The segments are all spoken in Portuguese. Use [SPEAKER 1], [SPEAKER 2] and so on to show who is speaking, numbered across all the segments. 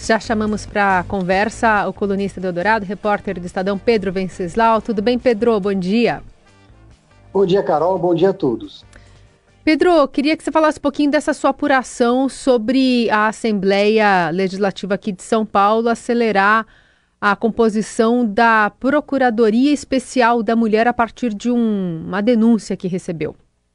[SPEAKER 1] já chamamos para conversa o colunista do Eldorado, repórter do Estadão, Pedro Venceslau. Tudo bem, Pedro? Bom dia.
[SPEAKER 2] Bom dia, Carol. Bom dia a todos.
[SPEAKER 1] Pedro, queria que você falasse um pouquinho dessa sua apuração sobre a Assembleia Legislativa aqui de São Paulo acelerar a composição da Procuradoria Especial da Mulher a partir de uma denúncia que recebeu.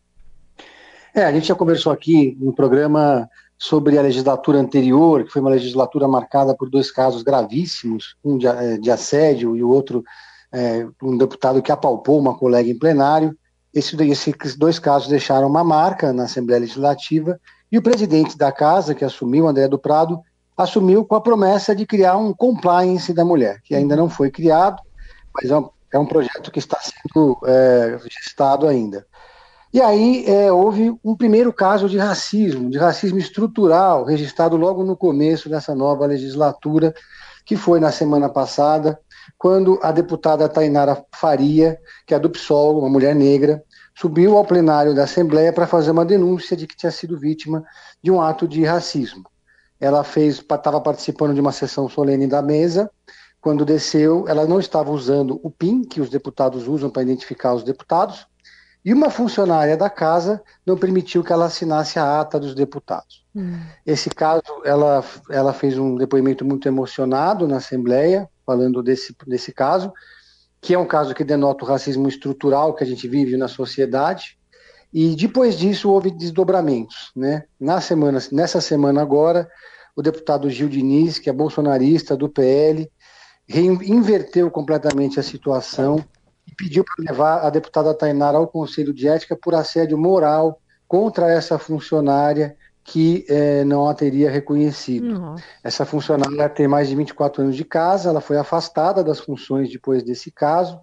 [SPEAKER 2] A gente já conversou aqui no programa sobre a legislatura anterior, que foi uma legislatura marcada por 2 casos gravíssimos, um de assédio e o outro um deputado que apalpou uma colega em plenário. Esses 2 casos deixaram uma marca na Assembleia Legislativa e o presidente da casa, que assumiu, André do Prado, assumiu com a promessa de criar um compliance da mulher, que ainda não foi criado, mas é um projeto que está sendo gestado ainda. E aí houve um primeiro caso de racismo estrutural, registrado logo no começo dessa nova legislatura, que foi na semana passada, quando a deputada Tainara Faria, que é do PSOL, uma mulher negra, subiu ao plenário da Assembleia para fazer uma denúncia de que tinha sido vítima de um ato de racismo. Ela estava participando de uma sessão solene da mesa. Quando desceu, ela não estava usando o PIN, que os deputados usam para identificar os deputados, e uma funcionária da casa não permitiu que ela assinasse a ata dos deputados. Esse caso, ela fez um depoimento muito emocionado na Assembleia, falando desse caso, que é um caso que denota o racismo estrutural que a gente vive na sociedade, e depois disso houve desdobramentos, né? Nessa semana agora, o deputado Gil Diniz, que é bolsonarista do PL, inverteu completamente a situação e pediu para levar a deputada Tainara ao Conselho de Ética por assédio moral contra essa funcionária que não a teria reconhecido. Essa funcionária tem mais de 24 anos de casa, ela foi afastada das funções depois desse caso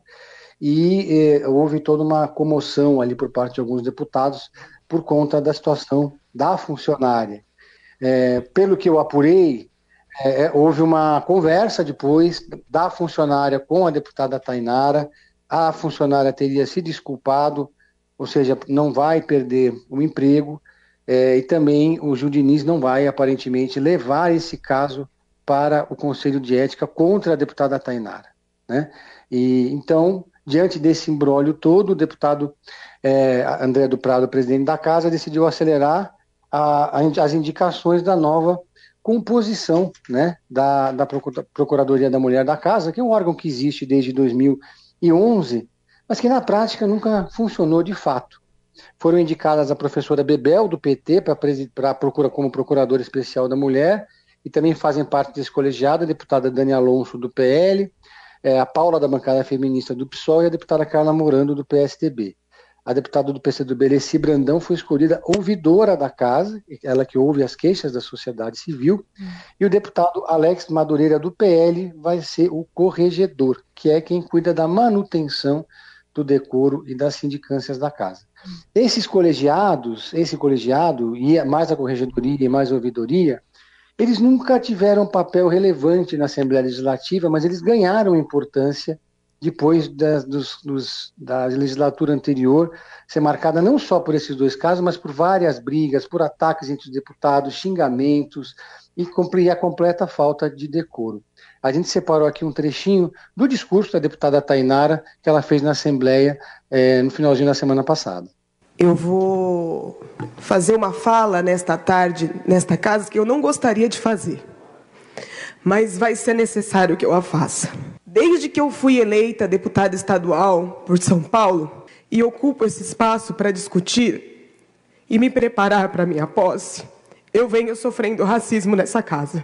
[SPEAKER 2] e houve toda uma comoção ali por parte de alguns deputados por conta da situação da funcionária. Pelo que eu apurei, houve uma conversa depois da funcionária com a deputada Tainara. A funcionária teria se desculpado, ou seja, não vai perder o emprego, e também o Gil Diniz não vai, aparentemente, levar esse caso para o Conselho de Ética contra a deputada Tainara, né? E, então, diante desse imbróglio todo, o deputado André do Prado, presidente da casa, decidiu acelerar as indicações da nova composição, né, da Procuradoria da Mulher da Casa, que é um órgão que existe desde 2011, mas que na prática nunca funcionou de fato. Foram indicadas a professora Bebel, do PT, como procuradora especial da mulher, e também fazem parte desse colegiado a deputada Dani Alonso, do PL, a Paula, da bancada feminista do PSOL, e a deputada Carla Morando, do PSDB. A deputada do PCdoB, Leci Brandão, foi escolhida ouvidora da casa, ela que ouve as queixas da sociedade civil, e o deputado Alex Madureira, do PL, vai ser o corregedor, que é quem cuida da manutenção do decoro e das sindicâncias da casa. Esse colegiado, e mais a corregedoria e mais a ouvidoria, eles nunca tiveram papel relevante na Assembleia Legislativa, mas eles ganharam importância depois da legislatura anterior ser marcada não só por esses 2 casos, mas por várias brigas, por ataques entre os deputados, xingamentos e a completa falta de decoro. A gente separou aqui um trechinho do discurso da deputada Tainara que ela fez na Assembleia no finalzinho da semana passada.
[SPEAKER 3] Eu vou fazer uma fala nesta tarde, nesta casa, que eu não gostaria de fazer, mas vai ser necessário que eu a faça. Desde que eu fui eleita deputada estadual por São Paulo e ocupo esse espaço para discutir e me preparar para a minha posse, eu venho sofrendo racismo nessa casa.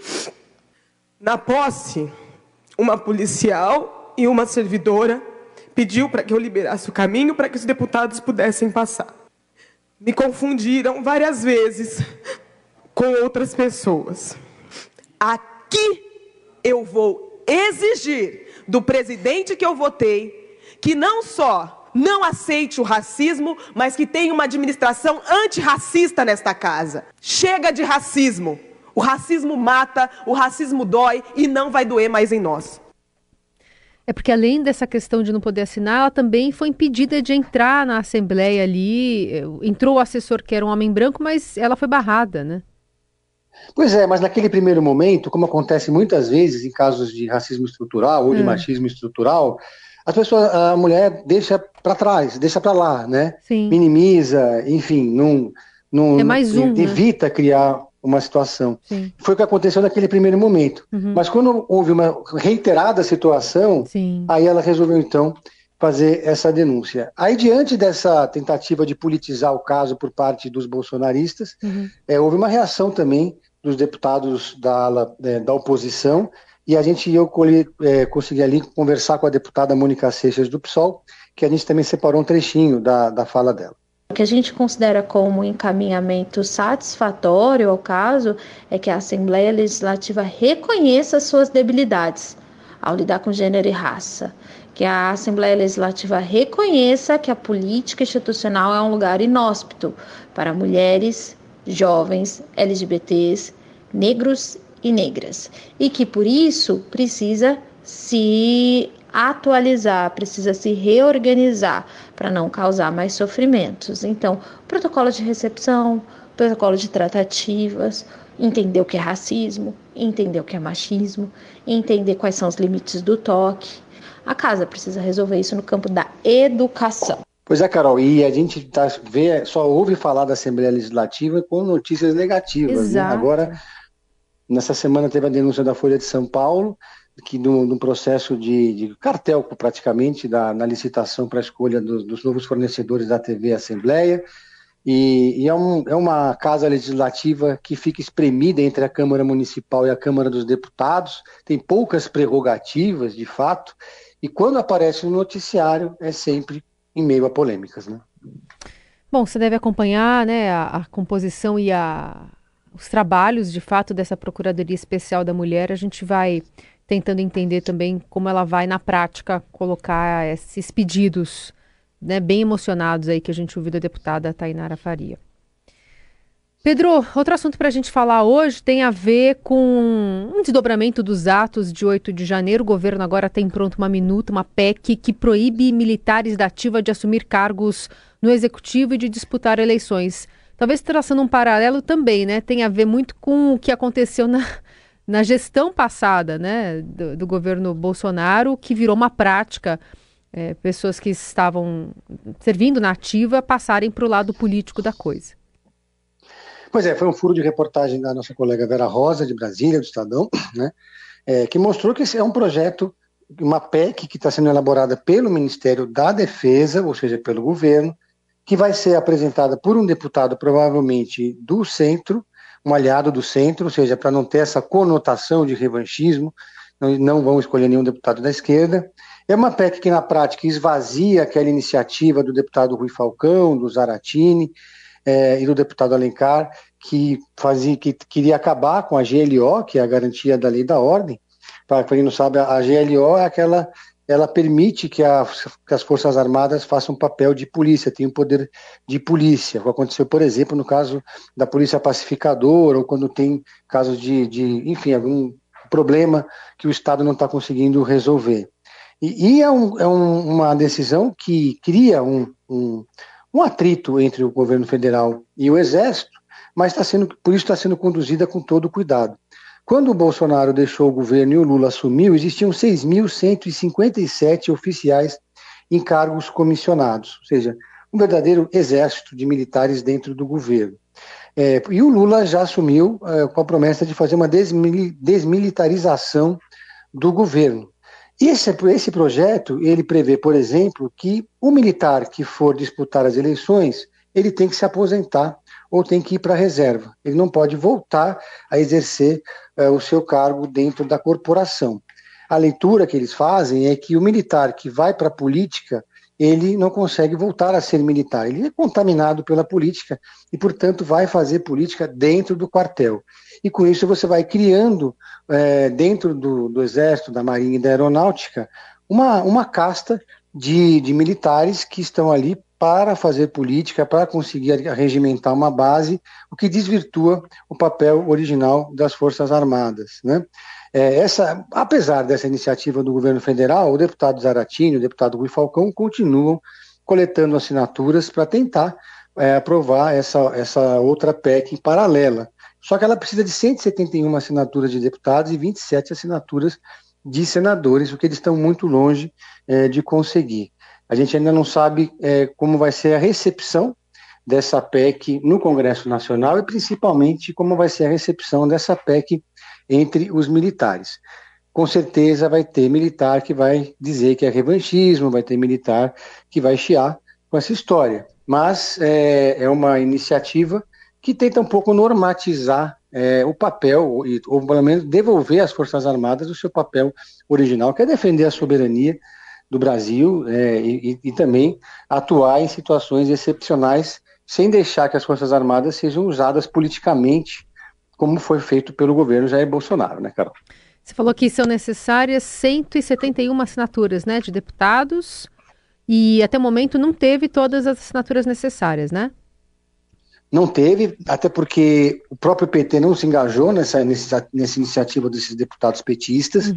[SPEAKER 3] Na posse, uma policial e uma servidora pediu para que eu liberasse o caminho para que os deputados pudessem passar. Me confundiram várias vezes com outras pessoas. Aqui eu vou exigir do presidente que eu votei que não só não aceite o racismo, mas que tenha uma administração antirracista nesta casa. Chega de racismo. O racismo mata, o racismo dói e não vai doer mais em nós.
[SPEAKER 1] É porque além dessa questão de não poder assinar, ela também foi impedida de entrar na Assembleia ali. Entrou o assessor, que era um homem branco, mas ela foi barrada, né?
[SPEAKER 2] Pois é, mas naquele primeiro momento, como acontece muitas vezes em casos de racismo estrutural ou de machismo estrutural, a mulher deixa para trás, deixa para lá, né?
[SPEAKER 1] Sim.
[SPEAKER 2] Minimiza, enfim,
[SPEAKER 1] É mais né?
[SPEAKER 2] evita criar uma situação.
[SPEAKER 1] Sim.
[SPEAKER 2] Foi o que aconteceu naquele primeiro momento. Mas quando houve uma reiterada situação, aí ela resolveu então fazer essa denúncia. Aí, diante dessa tentativa de politizar o caso por parte dos bolsonaristas, houve uma reação também dos deputados da oposição, e eu consegui ali conversar com a deputada Mônica Seixas do PSOL, que a gente também separou um trechinho da fala dela.
[SPEAKER 4] O que a gente considera como encaminhamento satisfatório ao caso é que a Assembleia Legislativa reconheça suas debilidades ao lidar com gênero e raça, que a Assembleia Legislativa reconheça que a política institucional é um lugar inóspito para mulheres, jovens, LGBTs, negros e negras, e que por isso precisa se atualizar, precisa se reorganizar para não causar mais sofrimentos. Então, protocolo de recepção, protocolo de tratativas, entender o que é racismo, entender o que é machismo, entender quais são os limites do toque. A casa precisa resolver isso no campo da educação.
[SPEAKER 2] Pois é, Carol, e a gente só ouve falar da Assembleia Legislativa com notícias negativas. Né? Agora, nessa semana teve a denúncia da Folha de São Paulo, que num processo de cartel, praticamente, na licitação para a escolha dos novos fornecedores da TV Assembleia, e é uma casa legislativa que fica espremida entre a Câmara Municipal e a Câmara dos Deputados, tem poucas prerrogativas, de fato, e quando aparece no noticiário é sempre em meio a polêmicas, né?
[SPEAKER 1] Bom, você deve acompanhar, né, a composição e os trabalhos, de fato, dessa Procuradoria Especial da Mulher. A gente vai tentando entender também como ela vai, na prática, colocar esses pedidos, né, bem emocionados aí que a gente ouviu da deputada Tainara Faria. Pedro, outro assunto para a gente falar hoje tem a ver com um desdobramento dos atos de 8 de janeiro. O governo agora tem pronto uma minuta, uma PEC, que proíbe militares da ativa de assumir cargos no executivo e de disputar eleições. Talvez traçando um paralelo também, né? Tem a ver muito com o que aconteceu na gestão passada, né, do governo Bolsonaro, que virou uma prática, pessoas que estavam servindo na ativa passarem para o lado político da coisa.
[SPEAKER 2] Pois é, foi um furo de reportagem da nossa colega Vera Rosa, de Brasília, do Estadão, né, que mostrou que esse é um projeto, uma PEC que está sendo elaborada pelo Ministério da Defesa, ou seja, pelo governo, que vai ser apresentada por um deputado, provavelmente do centro, um aliado do centro, ou seja, para não ter essa conotação de revanchismo, não vão escolher nenhum deputado da esquerda. É uma PEC que, na prática, esvazia aquela iniciativa do deputado Rui Falcão, do Zaratini e do deputado Alencar, que queria acabar com a GLO, que é a Garantia da Lei e da Ordem. Para quem não sabe, a GLO é ela permite que as Forças Armadas façam papel de polícia, tenham poder de polícia. O que aconteceu, por exemplo, no caso da polícia pacificadora, ou quando tem casos enfim, algum problema que o Estado não está conseguindo resolver. E é uma decisão que cria um atrito entre o governo federal e o Exército, mas por isso está sendo conduzida com todo cuidado. Quando o Bolsonaro deixou o governo e o Lula assumiu, existiam 6.157 oficiais em cargos comissionados, ou seja, um verdadeiro exército de militares dentro do governo. E o Lula já assumiu com a promessa de fazer uma desmilitarização do governo. E esse projeto, ele prevê, por exemplo, que o militar que for disputar as eleições, ele tem que se aposentar ou tem que ir para a reserva. Ele não pode voltar a exercer o seu cargo dentro da corporação. A leitura que eles fazem é que o militar que vai para a política, ele não consegue voltar a ser militar. Ele é contaminado pela política e, portanto, vai fazer política dentro do quartel. E com isso você vai criando, dentro do Exército, da Marinha e da Aeronáutica, uma casta de militares que estão ali para fazer política, para conseguir regimentar uma base, o que desvirtua o papel original das Forças Armadas, né? Apesar dessa iniciativa do governo federal, o deputado Zaratini, o deputado Rui Falcão continuam coletando assinaturas para tentar aprovar essa outra PEC paralela, Só que ela precisa de 171 assinaturas de deputados e 27 assinaturas de senadores, o que eles estão muito longe de conseguir. A gente ainda não sabe como vai ser a recepção dessa PEC no Congresso Nacional e principalmente como vai ser a recepção dessa PEC entre os militares. Com certeza vai ter militar que vai dizer que é revanchismo, vai ter militar que vai chiar com essa história. Mas é uma iniciativa que tenta um pouco normatizar o papel, ou pelo menos devolver às Forças Armadas o seu papel original, que é defender a soberania do Brasil e também atuar em situações excepcionais, sem deixar que as Forças Armadas sejam usadas politicamente, como foi feito pelo governo Jair Bolsonaro, né, Carol?
[SPEAKER 1] Você falou que são necessárias 171 assinaturas, né, de deputados, e até o momento não teve todas as assinaturas necessárias, né?
[SPEAKER 2] Não teve, até porque o próprio PT não se engajou nessa iniciativa desses deputados petistas.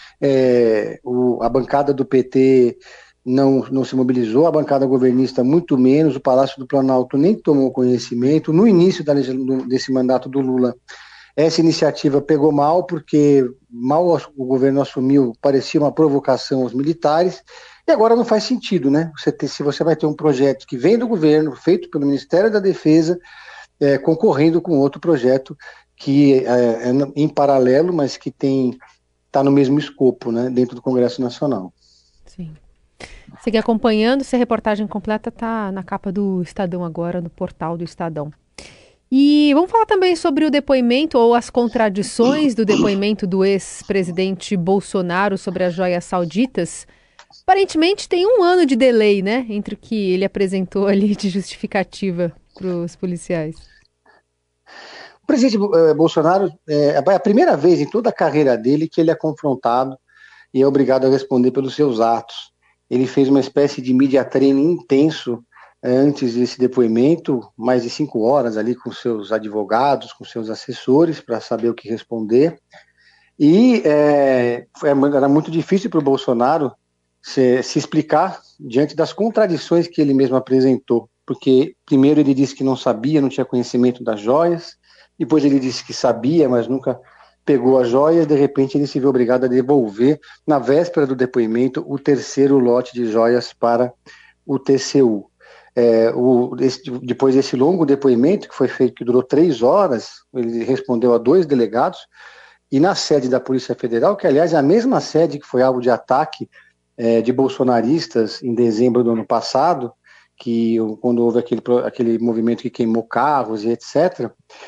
[SPEAKER 2] A bancada do PT não se mobilizou, a bancada governista muito menos, o Palácio do Planalto nem tomou conhecimento. No início desse mandato do Lula, essa iniciativa pegou mal, porque mal o governo assumiu, parecia uma provocação aos militares, e agora não faz sentido, né? Se você vai ter um projeto que vem do governo, feito pelo Ministério da Defesa, concorrendo com outro projeto que é em paralelo, mas que está no mesmo escopo, né, dentro do Congresso Nacional.
[SPEAKER 1] Sim. Segue acompanhando, se a reportagem completa está na capa do Estadão agora, no portal do Estadão. E vamos falar também sobre o depoimento ou as contradições do depoimento do ex-presidente Bolsonaro sobre as joias sauditas. Aparentemente tem um ano de delay, né, entre o que ele apresentou ali de justificativa para os policiais.
[SPEAKER 2] O presidente Bolsonaro, é a primeira vez em toda a carreira dele que ele é confrontado e é obrigado a responder pelos seus atos. Ele fez uma espécie de media training intenso antes desse depoimento, mais de 5 horas ali com seus advogados, com seus assessores, para saber o que responder. E era muito difícil para o Bolsonaro se explicar diante das contradições que ele mesmo apresentou, porque primeiro ele disse que não sabia, não tinha conhecimento das joias, depois ele disse que sabia, mas nunca pegou as joias, de repente ele se viu obrigado a devolver, na véspera do depoimento, o terceiro lote de joias para o TCU. Depois desse longo depoimento, que foi feito, que durou 3 horas, ele respondeu a 2 delegados, e na sede da Polícia Federal, que aliás é a mesma sede que foi alvo de ataque de bolsonaristas em dezembro do ano passado, quando houve aquele movimento que queimou carros e etc.,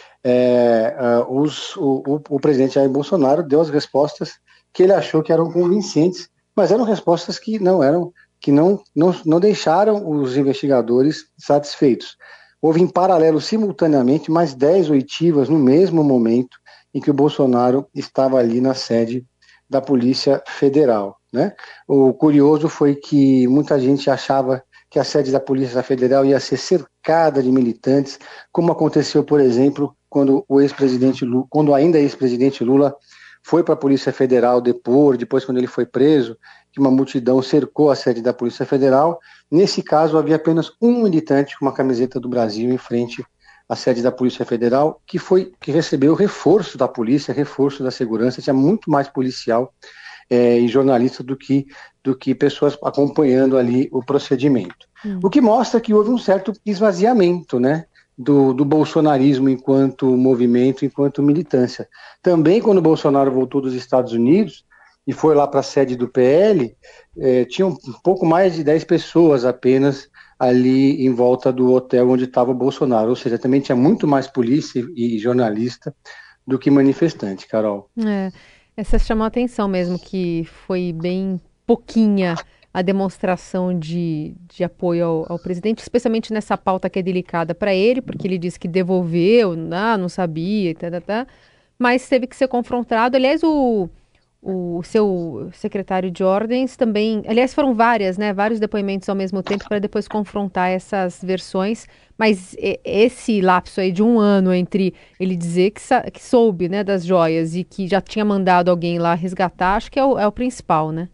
[SPEAKER 2] o presidente Jair Bolsonaro deu as respostas que ele achou que eram convincentes, mas eram respostas que não deixaram os investigadores satisfeitos. Houve em paralelo, simultaneamente, mais 10 oitivas no mesmo momento em que o Bolsonaro estava ali na sede da Polícia Federal, né? O curioso foi que muita gente achava que a sede da Polícia Federal ia ser cercada de militantes, como aconteceu, por exemplo, quando ainda ex-presidente Lula foi para a Polícia Federal depois quando ele foi preso, que uma multidão cercou a sede da Polícia Federal. Nesse caso, havia apenas um militante com uma camiseta do Brasil em frente à sede da Polícia Federal, que recebeu reforço da polícia, reforço da segurança. Tinha muito mais policial e jornalista do que pessoas acompanhando ali o procedimento. O que mostra que houve um certo esvaziamento, né, do bolsonarismo enquanto movimento, enquanto militância. Também quando o Bolsonaro voltou dos Estados Unidos e foi lá para a sede do PL, tinha um pouco mais de 10 pessoas apenas ali em volta do hotel onde estava o Bolsonaro, ou seja, também tinha muito mais polícia e jornalista do que manifestante, Carol.
[SPEAKER 1] Essa chamou a atenção mesmo, que foi bem pouquinha a demonstração de apoio ao presidente, especialmente nessa pauta que é delicada para ele, porque ele disse que devolveu, não sabia, mas teve que ser confrontado. Aliás, o seu secretário de ordens também, aliás, foram vários depoimentos ao mesmo tempo para depois confrontar essas versões, mas esse lapso aí de 1 ano entre ele dizer que soube, né, das joias e que já tinha mandado alguém lá resgatar, acho que é o principal, né?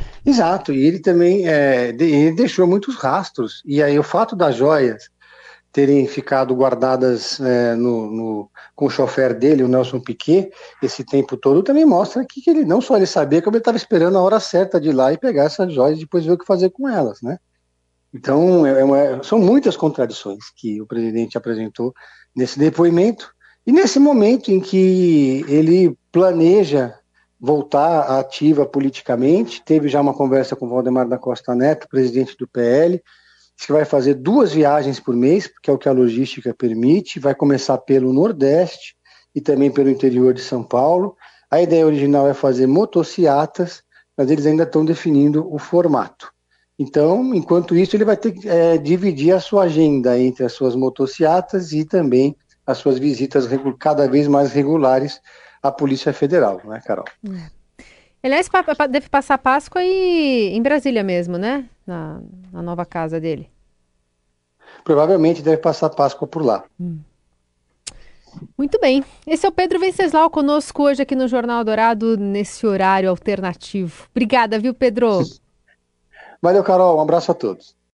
[SPEAKER 2] Exato, e ele também ele deixou muitos rastros, e aí o fato das joias terem ficado guardadas com o chofer dele, o Nelson Piquet, esse tempo todo, também mostra que ele não só ele sabia, como ele estava esperando a hora certa de ir lá e pegar essas joias e depois ver o que fazer com elas, né? Então, são muitas contradições que o presidente apresentou nesse depoimento e nesse momento em que ele planeja voltar à ativa politicamente. Teve já uma conversa com o Valdemar da Costa Neto, presidente do PL, que vai fazer 2 viagens por mês, porque é o que a logística permite, vai começar pelo Nordeste e também pelo interior de São Paulo. A ideia original é fazer motociatas, mas eles ainda estão definindo o formato. Então, enquanto isso, ele vai ter que dividir a sua agenda entre as suas motociatas e também as suas visitas cada vez mais regulares à Polícia Federal, né, Carol?
[SPEAKER 1] Aliás, deve passar Páscoa em Brasília mesmo, né? Na nova casa dele.
[SPEAKER 2] Provavelmente deve passar Páscoa por lá.
[SPEAKER 1] Muito bem. Esse é o Pedro Venceslau conosco hoje aqui no Jornal Dourado, nesse horário alternativo. Obrigada, viu, Pedro?
[SPEAKER 2] Valeu, Carol. Um abraço a todos.